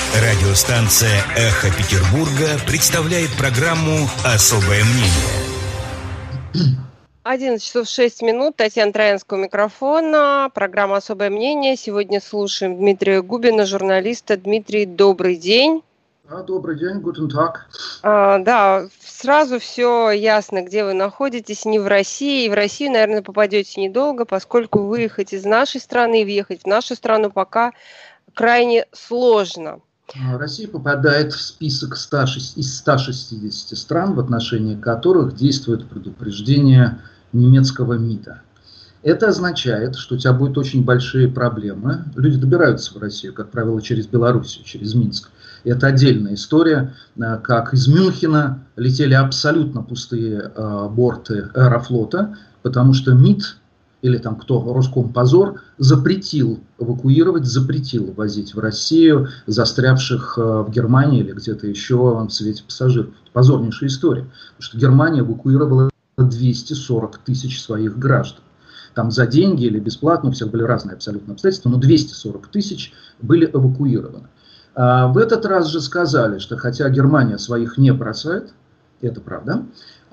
Радиостанция «Эхо Петербурга» представляет программу «Особое мнение». 11 часов 6 минут. Татьяна Троянская у микрофона. Программа «Особое мнение». Сегодня слушаем Дмитрия Губина, журналиста. Дмитрий, добрый день. Добрый день, guten Tag. Да, сразу все ясно, где вы находитесь, не в России. И в Россию, наверное, попадете недолго, поскольку выехать из нашей страны и въехать в нашу страну пока крайне сложно. Россия попадает в список из 160 стран, в отношении которых действует предупреждение немецкого МИДа. Это означает, что у тебя будут очень большие проблемы. Люди добираются в Россию, как правило, через Белоруссию, через Минск. Это отдельная история, как из Мюнхена летели абсолютно пустые борты Аэрофлота, потому что МИД, или там кто, Роскомпозор, запретил эвакуировать, запретил возить в Россию застрявших в Германии или где-то еще в свете пассажиров. Это позорнейшая история, потому что Германия эвакуировала 240 тысяч своих граждан. Там за деньги или бесплатно, у всех были разные абсолютно обстоятельства, но 240 тысяч были эвакуированы. В этот раз же сказали, что хотя Германия своих не бросает, это правда,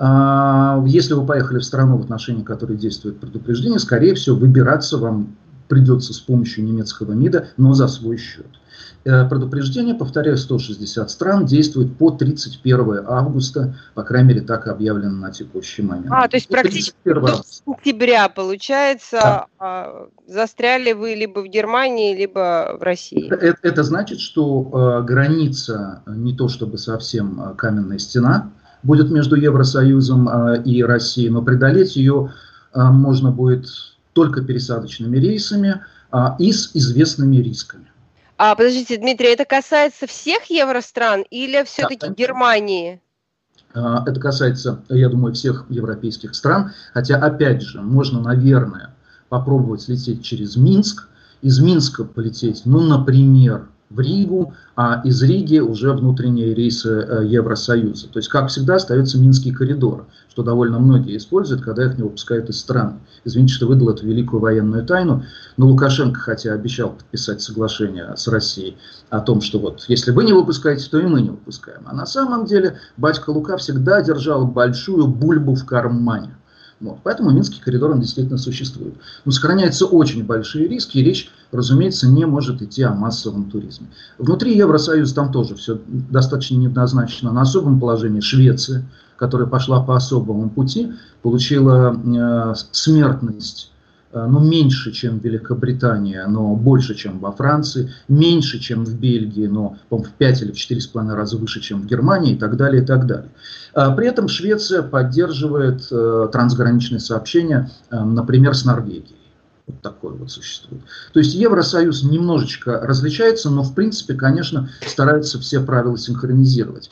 если вы поехали в страну, в отношении которой действует предупреждение, скорее всего, выбираться вам придется с помощью немецкого МИДа, но за свой счет. Предупреждение, повторяю, 160 стран действует по 31 августа, по крайней мере, так и объявлено на текущий момент. То есть практически до сентября, получается, да. Застряли вы либо в Германии, либо в России. Это значит, что граница не то чтобы совсем каменная стена будет между Евросоюзом и Россией, но преодолеть ее можно будет только пересадочными рейсами и с известными рисками. Подождите, Дмитрий, это касается всех евростран или все-таки Германии? Это касается, я думаю, всех европейских стран, хотя, опять же, можно, наверное, попробовать лететь через Минск, из Минска полететь, например, в Ригу, а из Риги уже внутренние рейсы Евросоюза. То есть, как всегда, остается Минский коридор, что довольно многие используют, когда их не выпускают из страны. Извините, что выдал эту великую военную тайну, но Лукашенко, хотя обещал подписать соглашение с Россией о том, что вот если вы не выпускаете, то и мы не выпускаем. А на самом деле батька Лука всегда держал большую бульбу в кармане. Поэтому Минский коридор, он действительно существует. Но сохраняются очень большие риски, и речь, разумеется, не может идти о массовом туризме. Внутри Евросоюза там тоже все достаточно неоднозначно. На особом положении Швеция, которая пошла по особому пути, получила смертность меньше, чем в Великобритании, но больше, чем во Франции, меньше, чем в Бельгии, но, по-моему, в 5 или в 4,5 раза выше, чем в Германии, и так далее, и так далее. При этом Швеция поддерживает трансграничные сообщения, например, с Норвегией. Вот такое вот существует. То есть Евросоюз немножечко различается, но, в принципе, конечно, стараются все правила синхронизировать.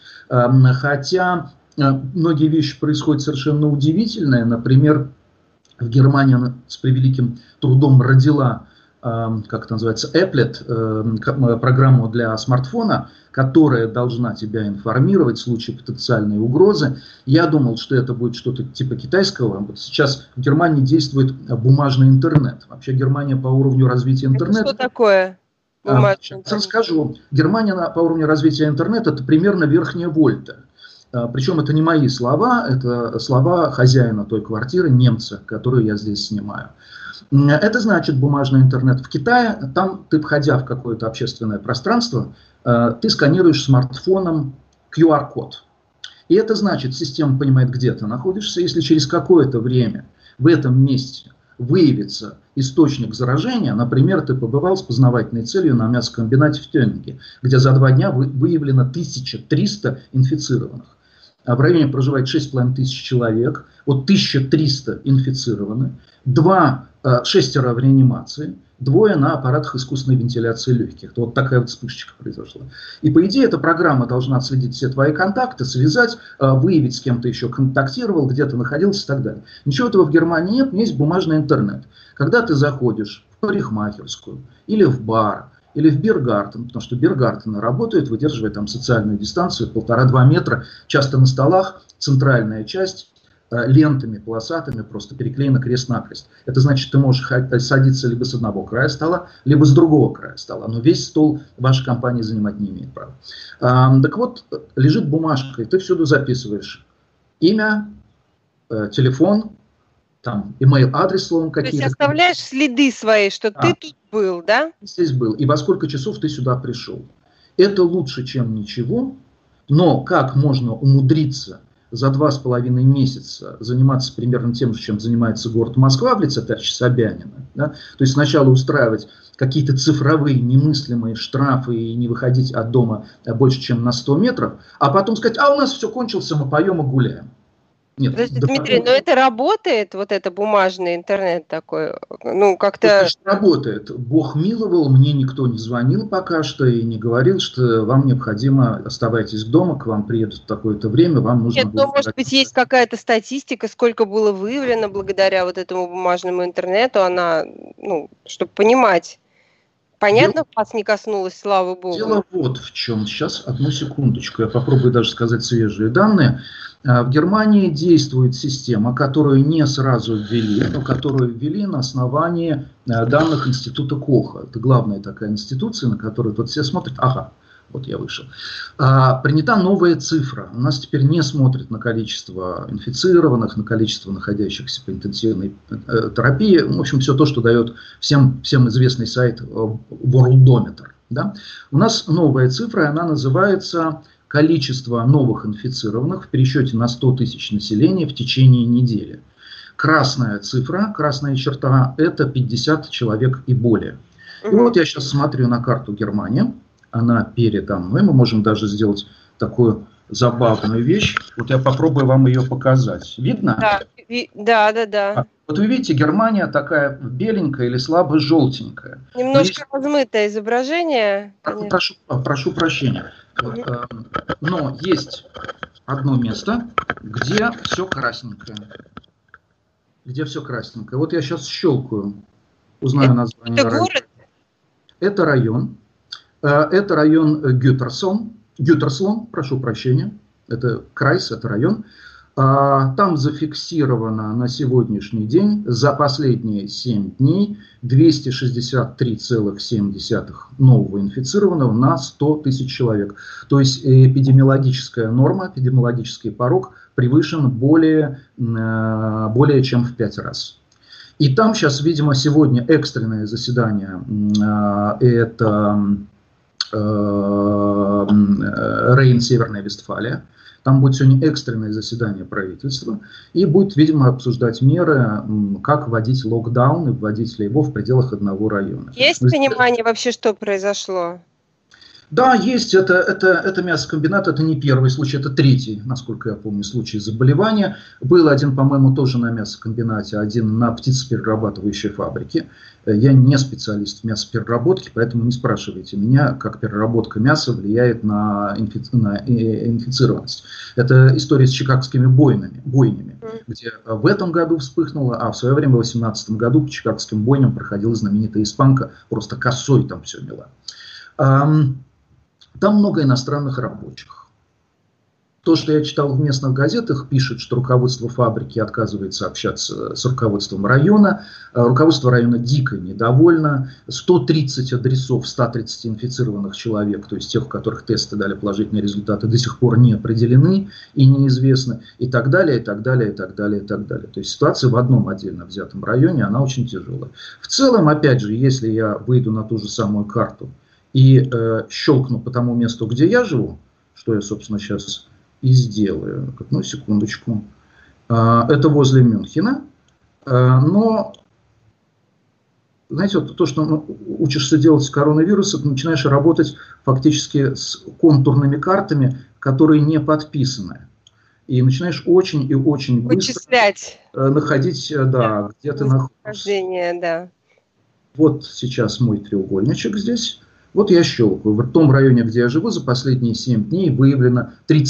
Хотя многие вещи происходят совершенно удивительные. Например, в Германии она с превеликим трудом родила, как это называется, Applet, программу для смартфона, которая должна тебя информировать в случае потенциальной угрозы. Я думал, что это будет что-то типа китайского. Вот сейчас в Германии действует бумажный интернет. Вообще Германия по уровню развития интернета... Это что такое? Сейчас расскажу. Германия по уровню развития интернета — это примерно верхняя вольта. Причем это не мои слова, это слова хозяина той квартиры, немца, которую я здесь снимаю. Это значит бумажный интернет. В Китае, там ты, входя в какое-то общественное пространство, ты сканируешь смартфоном QR-код. И это значит, система понимает, где ты находишься. Если через какое-то время в этом месте выявится источник заражения, например, ты побывал с познавательной целью на мясокомбинате в Тюнинге, где за 2 дня выявлено 1300 инфицированных. В районе проживает 6500 человек, вот 1300 инфицированы, 6 в реанимации, 2 на аппаратах искусственной вентиляции легких. Вот такая вот вспышечка произошла. И по идее эта программа должна отследить все твои контакты, связать, выявить, с кем ты еще контактировал, где ты находился и так далее. Ничего этого в Германии нет, есть бумажный интернет. Когда ты заходишь в парикмахерскую или в бар, или в Биргартен, потому что Биргартены работают, выдерживая там социальную дистанцию 1,5-2 метра, часто на столах, центральная часть, лентами полосатыми просто переклеено крест-накрест. Это значит, ты можешь садиться либо с одного края стола, либо с другого края стола, но весь стол ваша компания занимать не имеет права. Так вот, лежит бумажка, и ты всюду записываешь имя, телефон, там, имейл-адрес, словом, какие-то. То есть оставляешь следы свои, что ты тут был, да? Здесь был. И во сколько часов ты сюда пришел. Это лучше, чем ничего, но как можно умудриться за 2,5 месяца заниматься примерно тем же, чем занимается город Москва в лице товарища Собянина, да? То есть сначала устраивать какие-то цифровые немыслимые штрафы и не выходить от дома больше, чем на 100 метров, а потом сказать, у нас все кончилось, мы поем и гуляем. Нет, подожди, Дмитрий, но это работает, вот это бумажный интернет такой, ну как-то... Это же работает. Бог миловал, мне никто не звонил пока что и не говорил, что вам необходимо, оставайтесь дома, к вам приедут в такое-то время, вам нужно... Нет, ну может быть есть какая-то статистика, сколько было выявлено благодаря вот этому бумажному интернету, она, ну, чтобы понимать. Понятно, вас не коснулось, слава богу. Дело вот в чем. Сейчас, одну секундочку, я попробую даже сказать свежие данные. В Германии действует система, которую не сразу ввели, но которую ввели на основании данных Института Коха. Это главная такая институция, на которую тут все смотрят. Ага, вот я вышел. Принята новая цифра. У нас теперь не смотрят на количество инфицированных, на количество находящихся по интенсивной терапии. В общем, все то, что дает всем известный сайт Worldometer. Да? У нас новая цифра, она называется... количество новых инфицированных в пересчете на 100 тысяч населения в течение недели. Красная цифра, красная черта – это 50 человек и более. И вот я сейчас смотрю на карту Германии, она передо мной, мы можем даже сделать такую забавную вещь. Вот я попробую вам ее показать. Видно? Да. Вот вы видите, Германия такая беленькая или слабо желтенькая. Немножко размытое изображение. Прошу прощения. Но есть одно место, где все красненькое. Вот я сейчас щелкаю, узнаю название района. Город? Это район. Это район Гютерслон, прошу прощения. Это Крайс, это район. Там зафиксировано на сегодняшний день за последние 7 дней 263,7 нового инфицированного на 100 тысяч человек. То есть эпидемиологическая норма, эпидемиологический порог превышен более чем в 5 раз. И там сейчас, видимо, сегодня экстренное заседание, это Рейн, Северная Вестфалия. Там будет сегодня экстренное заседание правительства и будет, видимо, обсуждать меры, как вводить локдаун и вводить ли его в пределах одного района. Есть понимание вообще, что произошло? Да, есть. Это мясокомбинат, это не первый случай, это третий, насколько я помню, случай заболевания. Был один, по-моему, тоже на мясокомбинате, один на птицеперерабатывающей фабрике. Я не специалист в мясопереработке, поэтому не спрашивайте меня, как переработка мяса влияет на инфицированность. Это история с чикагскими бойнями, где в этом году вспыхнуло, а в свое время, в 2018 году, по чикагским бойням проходила знаменитая испанка, просто косой там все мела. Там много иностранных рабочих. То, что я читал в местных газетах, пишет, что руководство фабрики отказывается общаться с руководством района. Руководство района дико недовольно. 130 адресов 130 инфицированных человек, то есть тех, у которых тесты дали положительные результаты, до сих пор не определены и неизвестны. И так далее, и так далее, и так далее, и так далее. То есть ситуация в одном отдельно взятом районе, она очень тяжелая. В целом, опять же, если я выйду на ту же самую карту и щелкну по тому месту, где я живу, что я, собственно, сейчас и сделаю. Одну секундочку. Это возле Мюнхена. Но, знаете, вот то, что учишься делать с коронавирусом, ты начинаешь работать фактически с контурными картами, которые не подписаны. И начинаешь очень и очень быстро находить, да, где ты находишься. Да. Вот сейчас мой треугольничек здесь. Вот я щелкаю. В том районе, где я живу, за последние 7 дней выявлено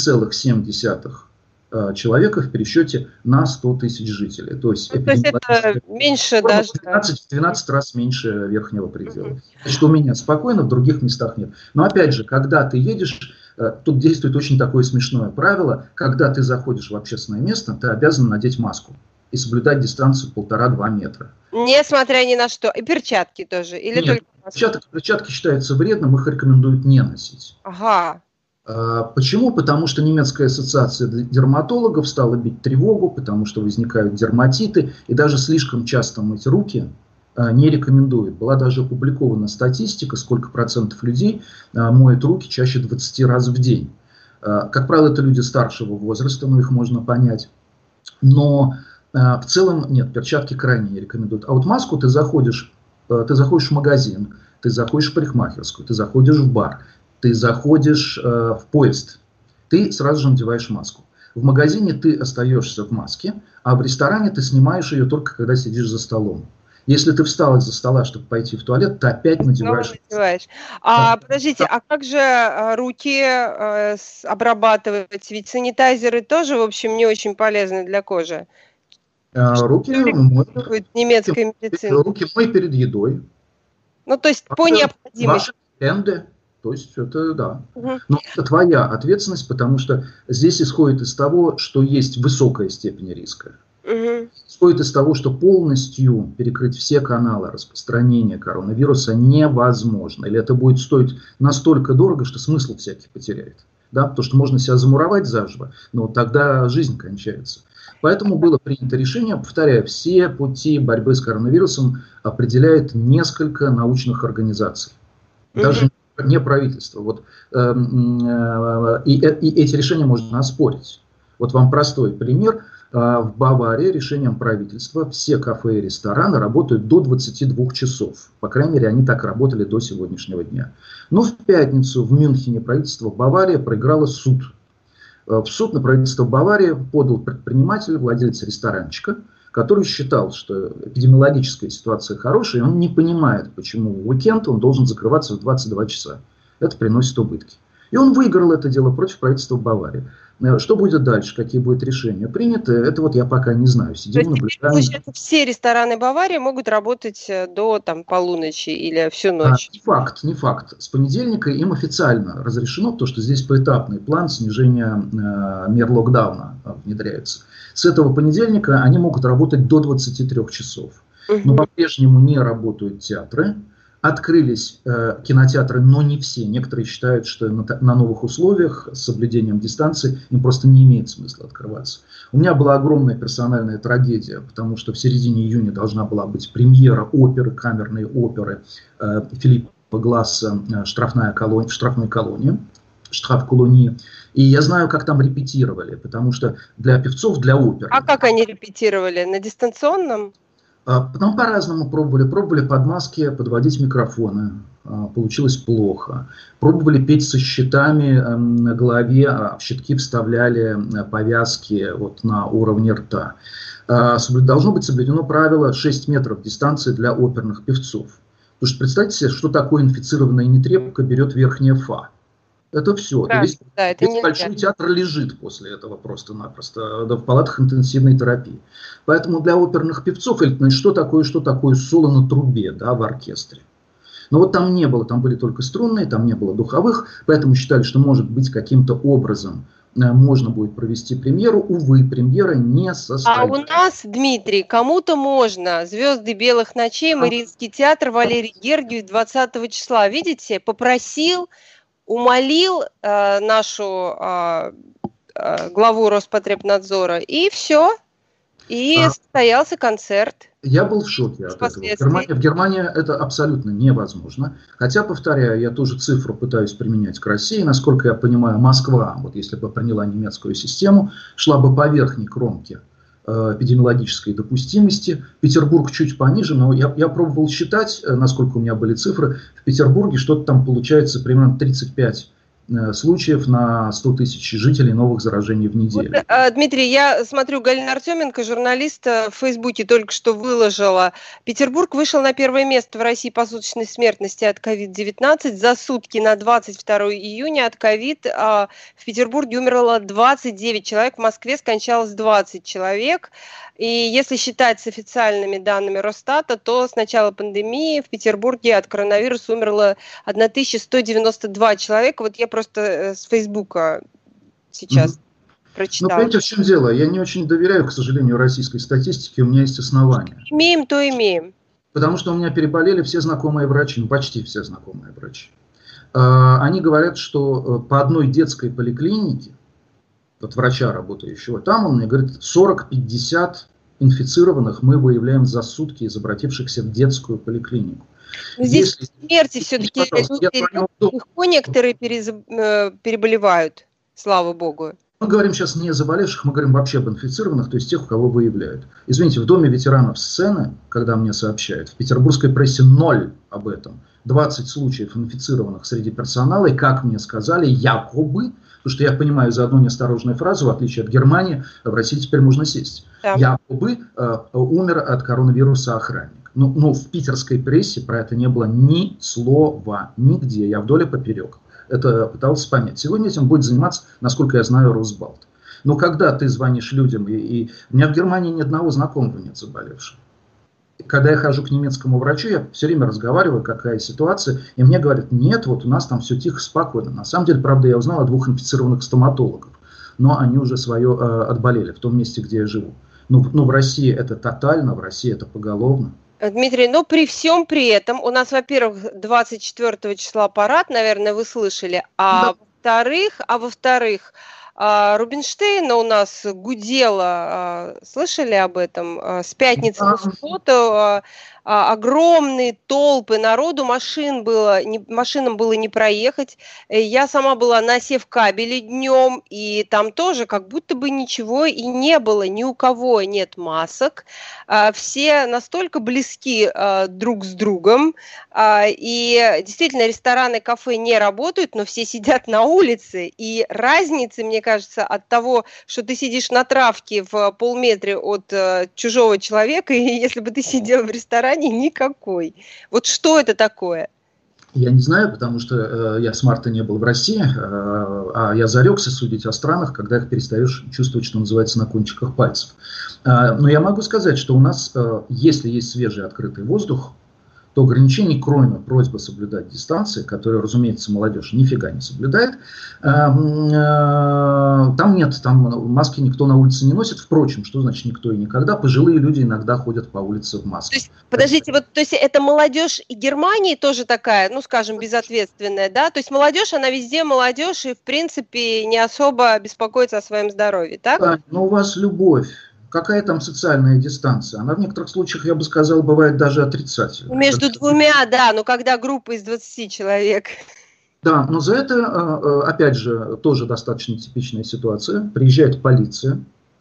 3,7 человека в пересчете на 100 тысяч жителей. То есть, это меньше даже. 12 раз меньше верхнего предела. Значит, у меня спокойно, в других местах нет. Но опять же, когда ты едешь, Тут действует очень такое смешное правило. Когда ты заходишь в общественное место, ты обязан надеть маску и соблюдать дистанцию 1,5-2 метра. Несмотря ни на что. И перчатки тоже? Или Нет, только перчатки считаются вредным, их рекомендуют не носить. Ага. Почему? Потому что немецкая ассоциация дерматологов стала бить тревогу, потому что возникают дерматиты, и даже слишком часто мыть руки не рекомендуют. Была даже опубликована статистика, сколько процентов людей моют руки чаще 20 раз в день. Как правило, это люди старшего возраста, но их можно понять. Но в целом нет, перчатки крайне не рекомендуют. А вот маску ты заходишь в магазин, ты заходишь в парикмахерскую, ты заходишь в бар, ты заходишь в поезд, ты сразу же надеваешь маску. В магазине ты остаешься в маске, а в ресторане ты снимаешь ее только когда сидишь за столом. Если ты встал из-за стола, чтобы пойти в туалет, ты опять надеваешь. Подождите, а как же руки обрабатывать? Ведь санитайзеры тоже, в общем, не очень полезны для кожи. Руки мой перед едой. Ну, то есть по необходимости. Ваши хенды. То есть это да. Но это твоя ответственность, потому что здесь исходит из того, что есть высокая степень риска. Исходит из того, что полностью перекрыть все каналы распространения коронавируса невозможно. Или это будет стоить настолько дорого, что смысл всякий потеряет. Да? Потому что можно себя замуровать заживо, но тогда жизнь кончается. Поэтому было принято решение, повторяю, все пути борьбы с коронавирусом определяет несколько научных организаций. Даже не правительство. Вот, и эти решения можно оспорить. Вот вам простой пример. В Баварии решением правительства все кафе и рестораны работают до 22 часов. По крайней мере, они так работали до сегодняшнего дня. Но в пятницу в Мюнхене правительство Баварии проиграло суд. В суд на правительство Баварии подал предприниматель, владелец ресторанчика, который считал, что эпидемиологическая ситуация хорошая, и он не понимает, почему в уикенд он должен закрываться в 22 часа. Это приносит убытки. И он выиграл это дело против правительства Баварии. Что будет дальше, какие будут решения приняты, это вот я пока не знаю. Сидим, наблюдаем. Получается, все рестораны Баварии могут работать до полуночи или всю ночь? Не факт. С понедельника им официально разрешено, то, что здесь поэтапный план снижения мер локдауна внедряется. С этого понедельника они могут работать до 23 часов. Но по-прежнему не работают театры. Открылись кинотеатры, но не все. Некоторые считают, что на новых условиях с соблюдением дистанции им просто не имеет смысла открываться. У меня была огромная персональная трагедия, потому что в середине июня должна была быть премьера оперы, камерной оперы Филиппа Гласса «Штрафной колонии». И я знаю, как там репетировали, потому что для певцов, для оперы... А как они репетировали? На дистанционном? Потом по-разному пробовали. Пробовали под маски подводить микрофоны. Получилось плохо. Пробовали петь со щитами на голове, а в щитки вставляли повязки вот на уровне рта. Должно быть соблюдено правило 6 метров дистанции для оперных певцов. Потому что представьте себе, что такое инфицированная нетребка берет верхняя фа. Это все. Да, весь большой театр лежит после этого просто-напросто в палатах интенсивной терапии. Поэтому для оперных певцов, что такое соло на трубе, да, в оркестре. Но вот там не было, там были только струнные, там не было духовых, поэтому считали, что может быть каким-то образом можно будет провести премьеру. Увы, премьера не состоится. А у нас, Дмитрий, кому-то можно. «Звезды белых ночей», Мариинский театр, Валерий Гергиев 20 числа. Видите, попросил, умолил нашу главу Роспотребнадзора, и все. И состоялся концерт. Я был в шоке от этого. В Германии это абсолютно невозможно. Хотя, повторяю, я тоже цифру пытаюсь применять к России. Насколько я понимаю, Москва, вот если бы приняла немецкую систему, шла бы по верхней кромке эпидемиологической допустимости. Петербург чуть пониже, но я пробовал считать, насколько у меня были цифры. В Петербурге что-то там получается примерно 35 случаев на 100 тысяч жителей новых заражений в неделю. Вот, Дмитрий, я смотрю, Галина Артеменко, журналист, в Фейсбуке только что выложила. Петербург вышел на первое место в России по суточной смертности от COVID-19. За сутки на 22 июня от COVID в Петербурге умерло 29 человек, в Москве скончалось 20 человек. И если считать с официальными данными Росстата, то с начала пандемии в Петербурге от коронавируса умерло 1192 человека. Вот я просто с Фейсбука сейчас прочитала. Ну, понимаете, в чем дело? Я не очень доверяю, к сожалению, российской статистике, у меня есть основания. Имеем, то имеем. Потому что у меня переболели все знакомые врачи, ну, почти все знакомые врачи. Они говорят, что по одной детской поликлинике, вот врача работающего там, он мне говорит, 40-50 инфицированных мы выявляем за сутки из обратившихся в детскую поликлинику. Здесь смерти все-таки легко некоторые переболевают, слава богу. Мы говорим сейчас не о заболевших, мы говорим вообще об инфицированных, то есть тех, у кого выявляют. Извините, в Доме ветеранов сцены, когда мне сообщают, в петербургской прессе 0 об этом. 20 случаев инфицированных среди персонала, и, как мне сказали, якобы, потому что я понимаю за одну неосторожную фразу, в отличие от Германии, в России теперь можно сесть, якобы умер от коронавируса охранник. Но в питерской прессе про это не было ни слова, нигде, я вдоль и поперек. Это пытался понять. Сегодня этим будет заниматься, насколько я знаю, Росбалт. Но когда ты звонишь людям, и у меня в Германии ни одного знакомого нет заболевшего. Когда я хожу к немецкому врачу, я все время разговариваю, какая ситуация, и мне говорят, нет, вот у нас там все тихо, спокойно. На самом деле, правда, я узнал о 2 инфицированных стоматологов, но они уже свое отболели в том месте, где я живу. Но в России это тотально, в России это поголовно. Дмитрий, но при всем при этом у нас, во-первых, 24 числа парад, наверное, вы слышали, а во-вторых, Рубинштейна у нас гудела, слышали об этом, с пятницы на субботу, огромные толпы народу, машинам было не проехать. Я сама была на Севкабеле днем, и там тоже как будто бы ничего и не было, ни у кого нет масок. Все настолько близки друг с другом, и действительно рестораны, кафе не работают, но все сидят на улице, и разницы, мне кажется, от того, что ты сидишь на травке в полметре от чужого человека, и если бы ты сидел в ресторане, никакой. Вот что это такое? Я не знаю, потому что я с марта не был в России, а я зарекся судить о странах, когда их перестаешь чувствовать, что называется, на кончиках пальцев. Но я могу сказать, что у нас, если есть свежий открытый воздух, то ограничений, кроме просьбы соблюдать дистанции, которые, разумеется, молодежь нифига не соблюдает, там нет, там маски никто на улице не носит. Впрочем, что значит никто и никогда? Пожилые люди иногда ходят по улице в масках. То есть, подождите, вот, то есть это молодежь и Германии тоже такая, ну, скажем, безответственная, да? То есть молодежь, она везде молодежь и, в принципе, не особо беспокоится о своем здоровье, так? Да, но у вас любовь. Какая там социальная дистанция? Она в некоторых случаях, я бы сказал, бывает даже отрицательной. Между двумя, да, но когда группа из 20 человек. Да, но за это, опять же, тоже достаточно типичная ситуация. Приезжает полиция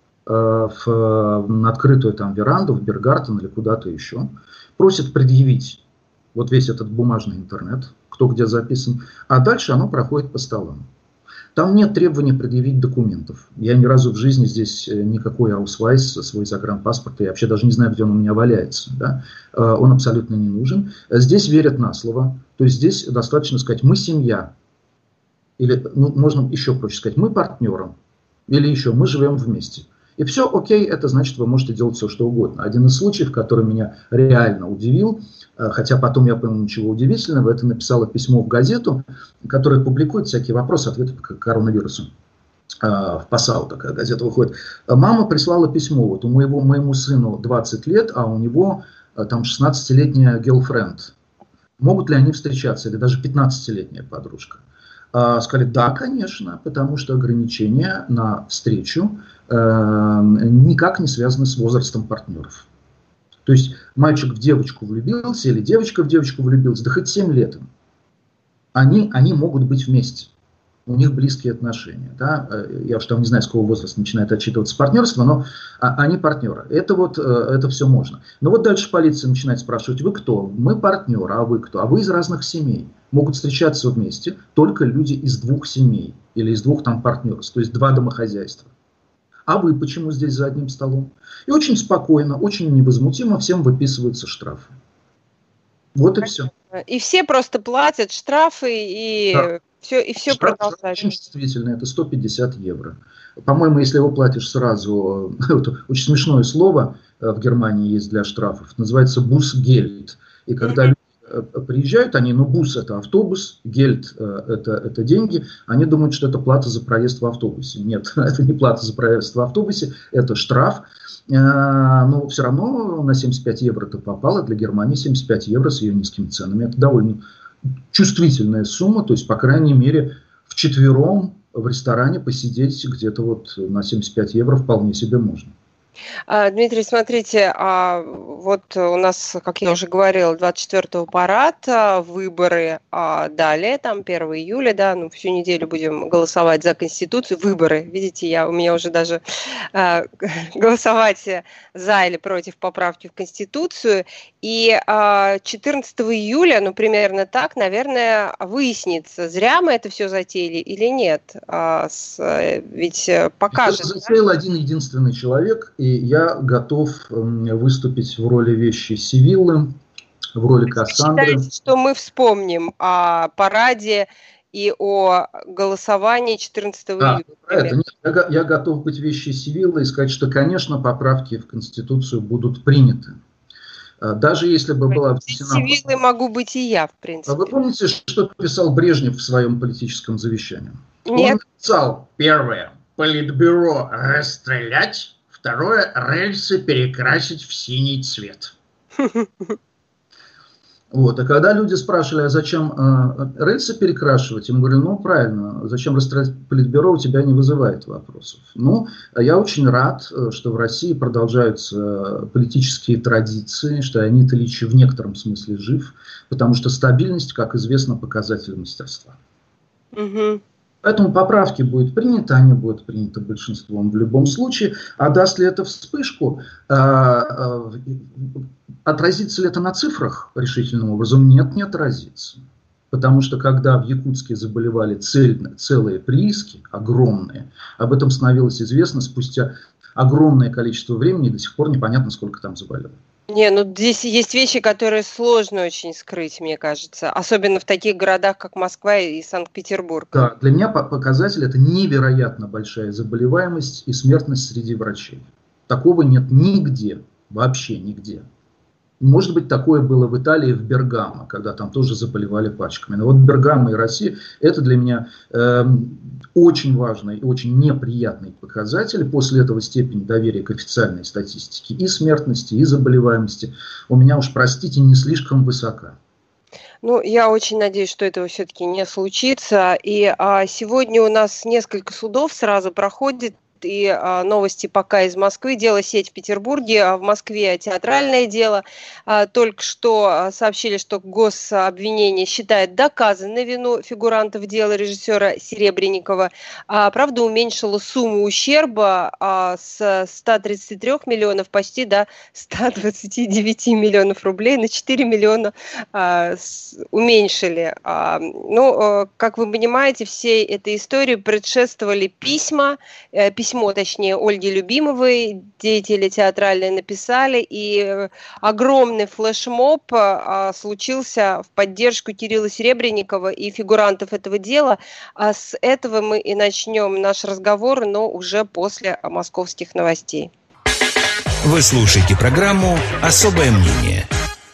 на открытую там веранду, в Бергартен или куда-то еще, просит предъявить вот весь этот бумажный интернет, кто где записан, а дальше оно проходит по столам. Там нет требования предъявить документов. Я ни разу в жизни здесь никакой аусвайс, свой загранпаспорт, я вообще даже не знаю, где он у меня валяется. Да? Он абсолютно не нужен. Здесь верят на слово. То есть здесь достаточно сказать «мы семья». Или, ну, можно еще проще сказать «мы партнером». Или еще «мы живем вместе». И все, окей, это значит, вы можете делать все, что угодно. Один из случаев, который меня реально удивил, хотя потом я понял, ничего удивительного, это написала письмо в газету, которая публикует всякие вопросы-ответы по коронавирусу. В ПАСАУ такая газета выходит. Мама прислала письмо, вот моему сыну 20 лет, а у него там 16-летняя girlfriend. Могут ли они встречаться, или даже 15-летняя подружка? Сказали, да, конечно, потому что ограничения на встречу никак не связаны с возрастом партнеров. То есть мальчик в девочку влюбился или девочка в девочку влюбилась, да хоть 7 лет им. Они могут быть вместе. У них близкие отношения. Да? Я уж там не знаю, с какого возраста начинает отчитываться партнерство, но они партнеры. Это все можно. Но вот дальше полиция начинает спрашивать, вы кто? Мы партнеры, а вы кто? А вы из разных семей. Могут встречаться вместе только люди из 2 семей или из 2 там партнерств, то есть 2 домохозяйства. А вы почему здесь за одним столом? И очень спокойно, очень невозмутимо всем выписываются штрафы. Вот и все. И все просто платят штрафы, и да. все продолжается. Очень чувствительно, это 150 евро. По-моему, если его платишь сразу, очень смешное слово в Германии есть для штрафов, называется «бусгельд». И когда люди приезжают они, ну, бус – это автобус, гельд – это деньги, они думают, что это плата за проезд в автобусе. Нет, это не плата за проезд в автобусе, это штраф. Но все равно на 75 евро ты попало, для Германии 75 евро с ее низкими ценами. Это довольно чувствительная сумма, то есть, по крайней мере, вчетвером в ресторане посидеть где-то вот на 75 евро вполне себе можно. Дмитрий, смотрите, вот у нас, как я уже говорила, 24-го парад, выборы далее, там 1 июля, да, ну, всю неделю будем голосовать за Конституцию, выборы, видите, у меня уже даже голосовать за или против поправки в Конституцию, и 14 июля, ну, примерно так, наверное, выяснится, зря мы это все затеяли или нет, ведь покажет. Это затеял один единственный человек, и я готов выступить в роли вещи Сивиллы, в роли Кассандры. Считаете, что мы вспомним о параде и о голосовании 14 июля? Нет, я готов быть вещи Сивиллы и сказать, что, конечно, поправки в Конституцию будут приняты. Даже если бы была внесена... Сивиллой могу быть и я, в принципе. А вы помните, что писал Брежнев в своем политическом завещании? Нет. Он написал: первое, Политбюро расстрелять. Второе, рельсы перекрасить в синий цвет. Вот. А когда люди спрашивали, а зачем рельсы перекрашивать, им говорю, ну правильно, зачем расстрелять Политбюро, у тебя не вызывает вопросов. Ну, я очень рад, что в России продолжаются политические традиции, что Леонид Ильич в некотором смысле жив, потому что стабильность, как известно, показатель мастерства. Угу. Поэтому поправки будут приняты, они будут приняты большинством в любом случае. А даст ли это вспышку? Отразится ли это на цифрах решительным образом? Нет, не отразится. Потому что когда в Якутске заболевали целые прииски, огромные, об этом становилось известно спустя огромное количество времени, и до сих пор непонятно, сколько там заболело. Не, ну здесь есть вещи, которые сложно очень скрыть, мне кажется. Особенно в таких городах, как Москва и Санкт-Петербург. Да, для меня показатель – это невероятно большая заболеваемость и смертность среди врачей. Такого нет нигде, вообще нигде. Может быть, такое было в Италии, в Бергамо, когда там тоже заболевали пачками. Но вот Бергамо и Россия – это для меня очень важный и очень неприятный показатель. После этого степень доверия к официальной статистике и смертности, и заболеваемости у меня, уж простите, не слишком высока. Ну, я очень надеюсь, что этого все-таки не случится. И сегодня у нас несколько судов сразу проходит. И новости пока из Москвы. Дело сеть в Петербурге, а в Москве театральное дело. Только что сообщили, что гособвинение считает доказанной вину фигурантов дела режиссера Серебренникова. Правда, уменьшила сумму ущерба с 133 миллионов почти до 129 миллионов рублей, на 4 миллиона уменьшили. Ну, как вы понимаете, всей этой истории предшествовали письмо, точнее, Ольги Любимовой, деятели театральные написали, и огромный флешмоб случился в поддержку Кирилла Серебренникова и фигурантов этого дела. С этого мы и начнем наш разговор, но уже после московских новостей. Вы слушаете программу «Особое мнение».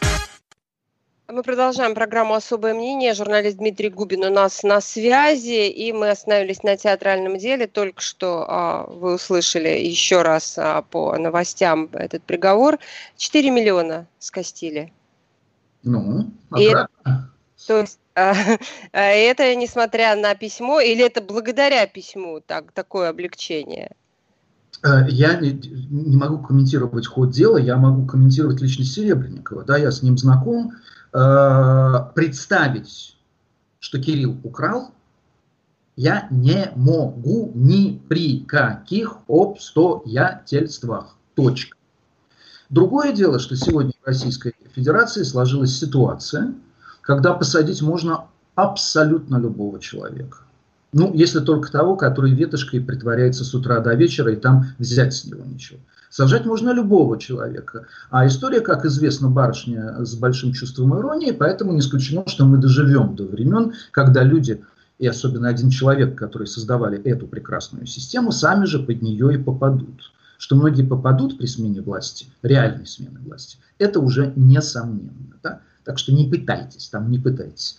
Мы продолжаем программу «Особое мнение». Журналист Дмитрий Губин у нас на связи, и мы остановились на театральном деле. Только что вы услышали еще раз по новостям этот приговор. 4 миллиона скостили. Ну, то есть это несмотря на письмо, или это благодаря письму такое облегчение? Я не могу комментировать ход дела, я могу комментировать личность Серебренникова. Да, я с ним знаком. Представить, что Кирилл украл, я не могу ни при каких обстоятельствах. Точка. Другое дело, что сегодня в Российской Федерации сложилась ситуация, когда посадить можно абсолютно любого человека. Ну, если только того, который ветошкой притворяется с утра до вечера, и там взять с него ничего. Сажать можно любого человека. А история, как известно, барышня с большим чувством иронии, поэтому не исключено, что мы доживем до времен, когда люди, и особенно один человек, которые создавали эту прекрасную систему, сами же под нее и попадут. Что многие попадут при смене власти, реальной смене власти, это уже несомненно. Да? Так что не пытайтесь, там не пытайтесь.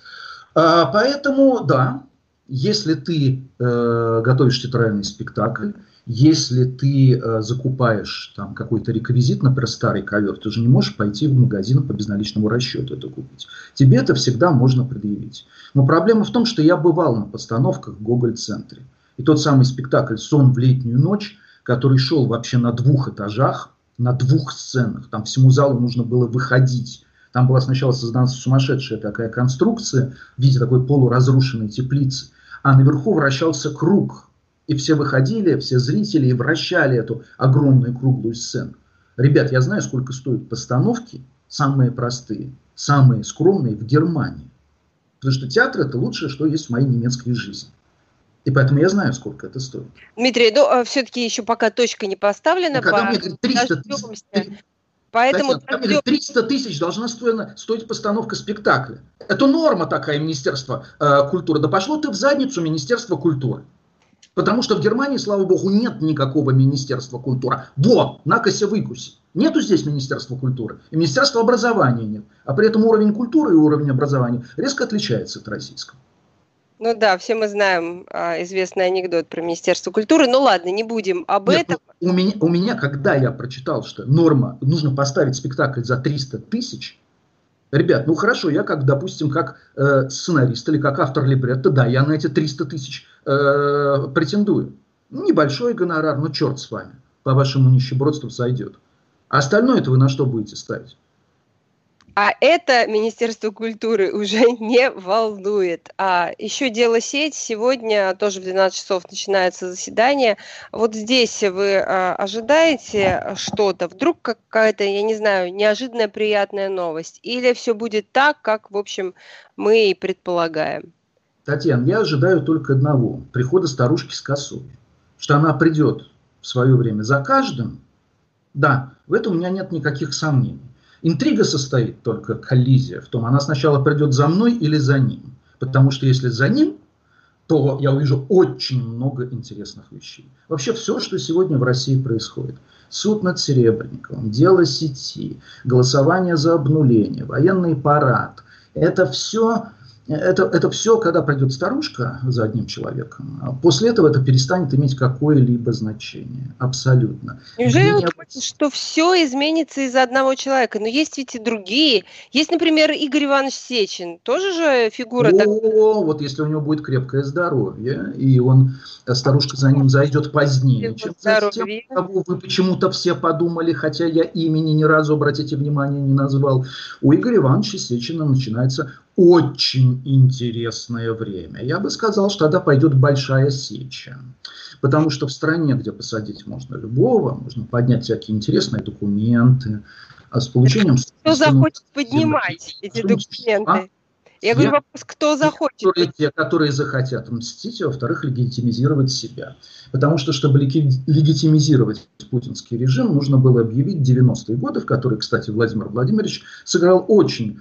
Поэтому, да, если ты готовишь театральный спектакль, если ты закупаешь там какой-то реквизит, например, старый ковер, ты же не можешь пойти в магазин по безналичному расчету это купить. Тебе это всегда можно предъявить. Но проблема в том, что я бывал на постановках в Гоголь-центре. И тот самый спектакль «Сон в летнюю ночь», который шел вообще на 2 этажах, на 2 сценах, там всему залу нужно было выходить. Там была сначала создана сумасшедшая такая конструкция в виде такой полуразрушенной теплицы, а наверху вращался круг. И все выходили, все зрители, и вращали эту огромную круглую сцену. Ребят, я знаю, сколько стоят постановки, самые простые, самые скромные в Германии. Потому что театр – это лучшее, что есть в моей немецкой жизни. И поэтому я знаю, сколько это стоит. Дмитрий, все-таки еще пока точка не поставлена. Когда мне говорят 300 Поэтому 300 тысяч должна стоить постановка спектакля. Это норма такая Министерства культуры. Да пошло ты в задницу, Министерство культуры. Потому что в Германии, слава богу, нет никакого Министерства культуры. Во, накося выкуси. Нету здесь Министерства культуры. И Министерства образования нет. А при этом уровень культуры и уровень образования резко отличается от российского. Ну да, все мы знаем известный анекдот про Министерство культуры. Ну ладно, не будем об этом. У меня, когда я прочитал, что норма, нужно поставить спектакль за 300 тысяч, ребят, ну хорошо, я как, допустим, как сценарист или как автор либретто, да, я на эти 300 тысяч претендую. Небольшой гонорар, но черт с вами, по вашему нищебродству сойдет. А остальное-то вы на что будете ставить? А это Министерство культуры уже не волнует. А еще дело сеть. Сегодня тоже в 12 часов начинается заседание. Вот здесь вы ожидаете что-то? Вдруг какая-то, я не знаю, неожиданная приятная новость? Или все будет так, как, в общем, мы и предполагаем? Татьяна, я ожидаю только одного. Прихода старушки с косой. Что она придет в свое время за каждым. Да, в этом у меня нет никаких сомнений. Интрига состоит только, коллизия в том, она сначала придет за мной или за ним. Потому что если за ним, то я увижу очень много интересных вещей. Вообще все, что сегодня в России происходит. Суд над Серебренниковым, дело сети, голосование за обнуление, военный парад. Это все, когда придет старушка за одним человеком. После этого это перестанет иметь какое-либо значение. Абсолютно. Неужели вы думаете, что все изменится из-за одного человека? Но есть ведь и другие. Есть, например, Игорь Иванович Сечин. Тоже же фигура такая. Вот если у него будет крепкое здоровье, и старушка за ним зайдет позднее, чем за тем, кого вы почему-то все подумали, хотя я имени ни разу, обратите внимание, не назвал. У Игоря Ивановича Сечина начинается очень интересное время. Я бы сказал, что тогда пойдет большая сеча. Потому что в стране, где посадить можно любого, можно поднять всякие интересные документы. А с получением... Кто захочет поднимать эти документы? Я говорю, вопрос, кто захочет? Те, которые захотят мстить, а во-вторых, легитимизировать себя. Потому что, чтобы легитимизировать путинский режим, нужно было объявить 90-е годы, в которые, кстати, Владимир Владимирович сыграл очень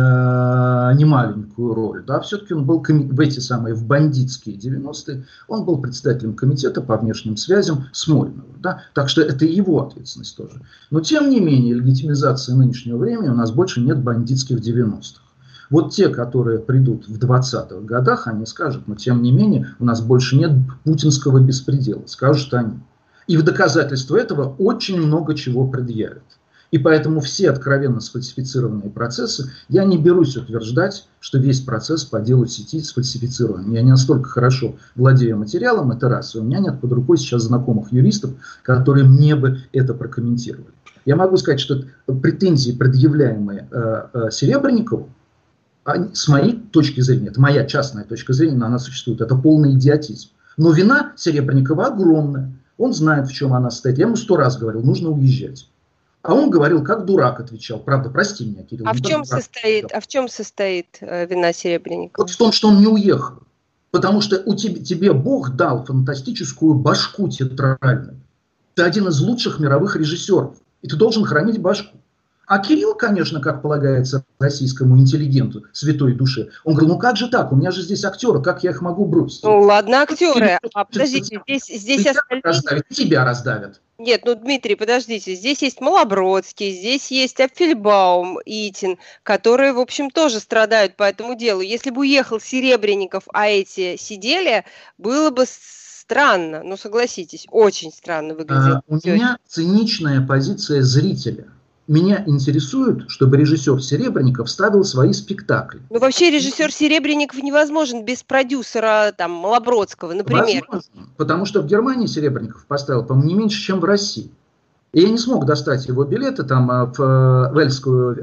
немаленькую роль. Да? Все-таки он был в бандитские 90-е, он был председателем комитета по внешним связям Смольного. Да? Так что это его ответственность тоже. Но, тем не менее, легитимизации нынешнего времени у нас больше нет бандитских 90-х. Вот те, которые придут в 20-х годах, они скажут, но тем не менее у нас больше нет путинского беспредела, скажут они. И в доказательство этого очень много чего предъявят. И поэтому все откровенно сфальсифицированные процессы, я не берусь утверждать, что весь процесс по делу сети сфальсифицирован. Я не настолько хорошо владею материалом, это раз. И у меня нет под рукой сейчас знакомых юристов, которые мне бы это прокомментировали. Я могу сказать, что претензии, предъявляемые Серебренникову, с моей точки зрения, это моя частная точка зрения, но она существует, это полный идиотизм. Но вина Серебренникова огромная. Он знает, в чем она стоит. Я ему 100 раз говорил, нужно уезжать. А он говорил, как дурак отвечал. Правда, прости меня, Кирилл. А в чем состоит вина Серебренникова? Вот в том, что он не уехал. Потому что тебе Бог дал фантастическую башку театральную. Ты один из лучших мировых режиссеров. И ты должен хранить башку. А Кирилл, конечно, как полагается российскому интеллигенту, святой душе, он говорил, ну как же так, у меня же здесь актеры, как я их могу бросить? Ну ладно, актеры, а подождите, здесь остальные... Тебя раздавят. Нет, ну, Дмитрий, подождите, здесь есть Малобродский, здесь есть Апфельбаум, Итин, которые, в общем, тоже страдают по этому делу. Если бы уехал Серебренников, а эти сидели, было бы странно, ну, согласитесь, очень странно выглядело. У меня циничная позиция зрителя. Меня интересует, чтобы режиссер Серебренников ставил свои спектакли. Ну, вообще режиссер Серебренников невозможен без продюсера там Малобродского, например. Возможно, потому что в Германии Серебренников поставил, по-моему, не меньше, чем в России. И я не смог достать его билеты там в Вельскую,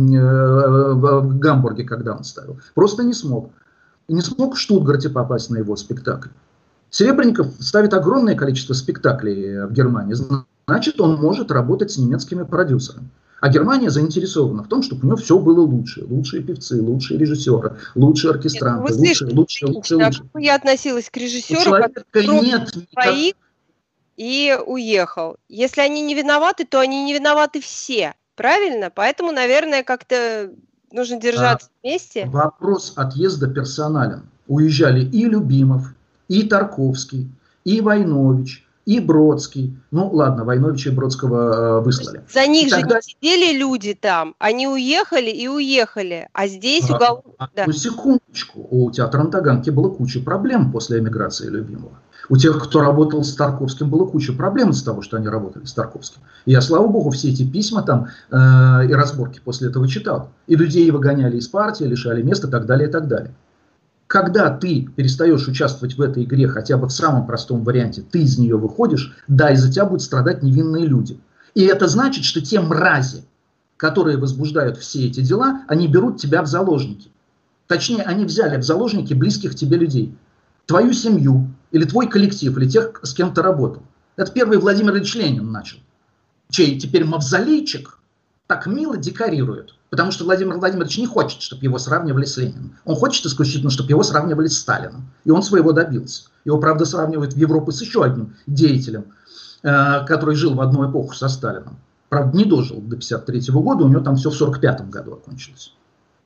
в Гамбурге, когда он ставил. Просто не смог. И не смог в Штутгарте попасть на его спектакль. Серебренников ставит огромное количество спектаклей в Германии. Значит, он может работать с немецкими продюсерами. А Германия заинтересована в том, чтобы у него все было лучше. Лучшие певцы, лучшие режиссеры, лучшие оркестранты, лучшие. Как я относилась к режиссеру, который своих и уехал. Если они не виноваты, то они не виноваты все. Правильно? Поэтому, наверное, как-то нужно держаться вместе. Вопрос отъезда персонален. Уезжали и Любимов, и Тарковский, и Войнович, и Бродский. Ну, ладно, Войновича и Бродского выслали. За них же не сидели люди там. Они уехали и уехали. А здесь уголовник... Да. Секундочку. У театра на Таганке было куча проблем после эмиграции Любимова. У тех, кто работал с Тарковским, было куча проблем из-за того, что они работали с Тарковским. И я, слава богу, все эти письма там и разборки после этого читал. И людей выгоняли из партии, лишали места и так далее, и так далее. Когда ты перестаешь участвовать в этой игре, хотя бы в самом простом варианте, ты из нее выходишь, да, из-за тебя будут страдать невинные люди. И это значит, что те мрази, которые возбуждают все эти дела, они берут тебя в заложники. Точнее, они взяли в заложники близких тебе людей. Твою семью, или твой коллектив, или тех, с кем ты работал. Это первый Владимир Ильич Ленин начал. Чей теперь мавзолейчик так мило декорирует. Потому что Владимир Владимирович не хочет, чтобы его сравнивали с Лениным. Он хочет исключительно, чтобы его сравнивали с Сталиным. И он своего добился. Его, правда, сравнивают в Европе с еще одним деятелем, который жил в одну эпоху со Сталином. Правда, не дожил до 1953 года, у него там все в 1945 году окончилось.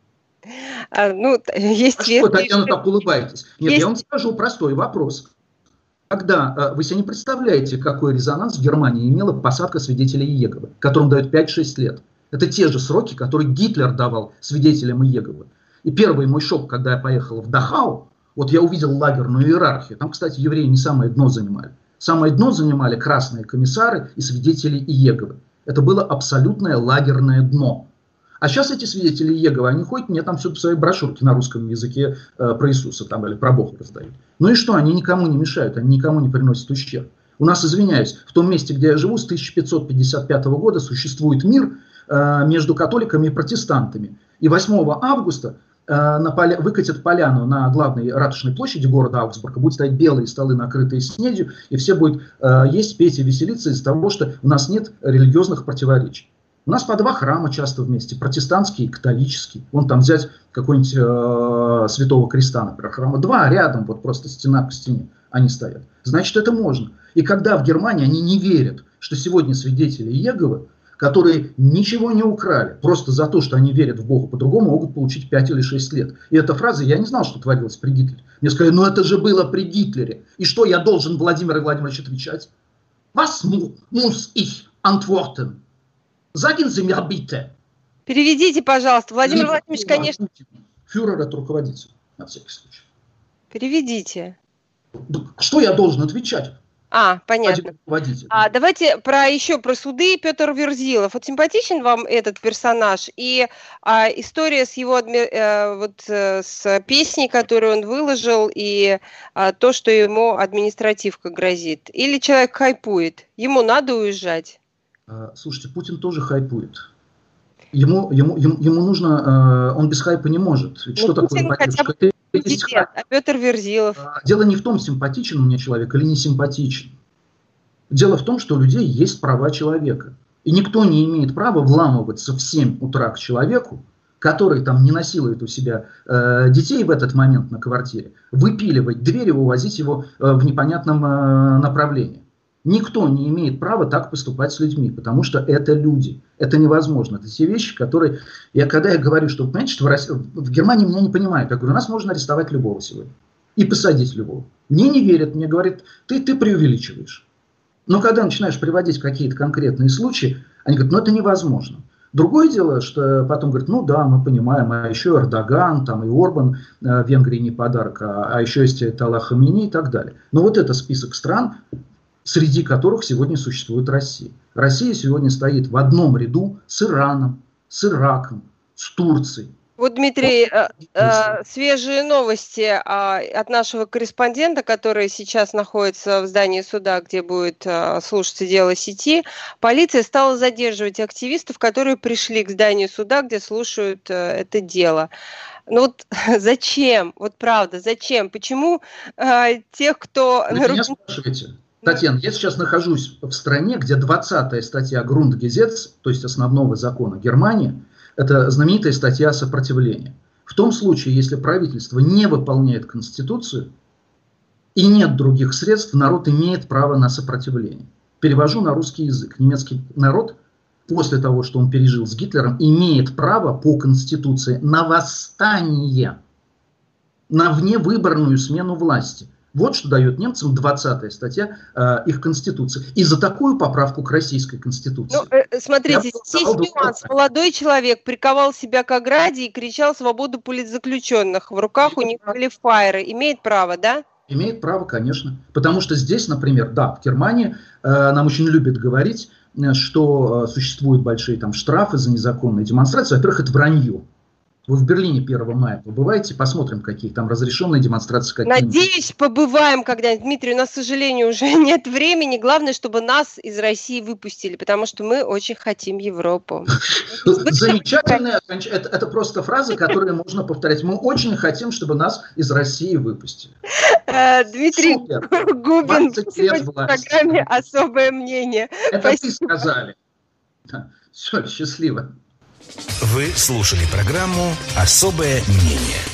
Есть что, Татьяна, так улыбаетесь? Нет, я вам скажу простой вопрос. Когда вы себе не представляете, какой резонанс в Германии имела посадка свидетелей Иеговы, которым дают 5-6 лет. Это те же сроки, которые Гитлер давал свидетелям Иеговы. И первый мой шок, когда я поехал в Дахау, вот я увидел лагерную иерархию. Там, кстати, евреи не самое дно занимали. Самое дно занимали красные комиссары и свидетели Иеговы. Это было абсолютное лагерное дно. А сейчас эти свидетели Иеговы, они ходят, мне там все свои брошюрки на русском языке про Иисуса там, или про Бога раздают. Ну и что, они никому не мешают, они никому не приносят ущерб. У нас, извиняюсь, в том месте, где я живу, с 1555 года существует мир между католиками и протестантами. И 8 августа выкатят поляну на главной ратушной площади города Аугсбурга, будут стоять белые столы, накрытые снедью, и все будут есть, петь и веселиться из-за того, что у нас нет религиозных противоречий. У нас по 2 храма часто вместе, протестантский и католический. Вон там взять какой-нибудь Святого Креста, например, храма. 2 рядом, вот просто стена к стене они стоят. Значит, это можно. И когда в Германии они не верят, что сегодня свидетели Иеговы, которые ничего не украли, просто за то, что они верят в Бога по-другому, могут получить 5 или 6 лет. И эта фраза, я не знал, что творилось при Гитлере. Мне сказали, ну это же было при Гитлере. И что я должен, Владимир Владимирович, отвечать? Was muss ich antworten? Sagen Sie mir bitte. Переведите, пожалуйста. Владимир Владимирович, конечно... Фюрер – это руководитель, на всякий случай. Переведите. Что я должен отвечать? Понятно. Давайте еще про суды. Петр Верзилов. Вот симпатичен вам этот персонаж? И история с его с песней, которую он выложил, и то, что ему административка грозит. Или человек хайпует? Ему надо уезжать? Слушайте, Путин тоже хайпует. Ему нужно, он без хайпа не может. Что такое батюшка? А Петр Верзилов? Дело не в том, симпатичен мне человек или не симпатичен. Дело в том, что у людей есть права человека. И никто не имеет права вламываться в 7 утра к человеку, который там не насилует у себя детей в этот момент на квартире, выпиливать дверь и увозить его в непонятном направлении. Никто не имеет права так поступать с людьми, потому что это люди. Это невозможно. Это те вещи, которые... Когда я говорю, что, понимаете, что в Германии меня не понимают, я говорю, у нас можно арестовать любого сегодня и посадить любого. Мне не верят, мне говорят, ты преувеличиваешь. Но когда начинаешь приводить какие-то конкретные случаи, они говорят, это невозможно. Другое дело, что потом говорят, мы понимаем, а еще Эрдоган, там и Орбан, Венгрии не подарок, а еще есть Аятолла Хаминеи и так далее. Но вот это список стран, среди которых сегодня существует Россия. Россия сегодня стоит в одном ряду с Ираном, с Ираком, с Турцией. Вот, Дмитрий, свежие новости от нашего корреспондента, который сейчас находится в здании суда, где будет слушаться дело сети. Полиция стала задерживать активистов, которые пришли к зданию суда, где слушают это дело. Зачем? Правда, зачем? Почему тех, кто... Вы меня спрашиваете? Татьяна, я сейчас нахожусь в стране, где 20-я статья Grundgesetz, то есть основного закона Германии, это знаменитая статья сопротивления. В том случае, если правительство не выполняет Конституцию и нет других средств, народ имеет право на сопротивление. Перевожу на русский язык. Немецкий народ, после того, что он пережил с Гитлером, имеет право по Конституции на восстание, на вневыборную смену власти. Вот что дает немцам 20-я статья их Конституции. И за такую поправку к российской Конституции. Смотрите, здесь нюанс. Молодой человек приковал себя к ограде и кричал «Свободу политзаключенных». В руках у них были фаеры. Имеет право, да? Имеет право, конечно. Потому что здесь, например, в Германии нам очень любят говорить, что существуют большие штрафы за незаконные демонстрации. Во-первых, это вранье. Вы в Берлине 1 мая побываете, посмотрим, какие там разрешенные демонстрации. Надеюсь, побываем когда-нибудь. Дмитрий, у нас, к сожалению, уже нет времени. Главное, чтобы нас из России выпустили, потому что мы очень хотим Европу. Замечательно. Это просто фраза, которую можно повторять. Мы очень хотим, чтобы нас из России выпустили. Дмитрий Губин в программе «Особое мнение». Это вы сказали. Все, счастливо. Вы слушали программу «Особое мнение».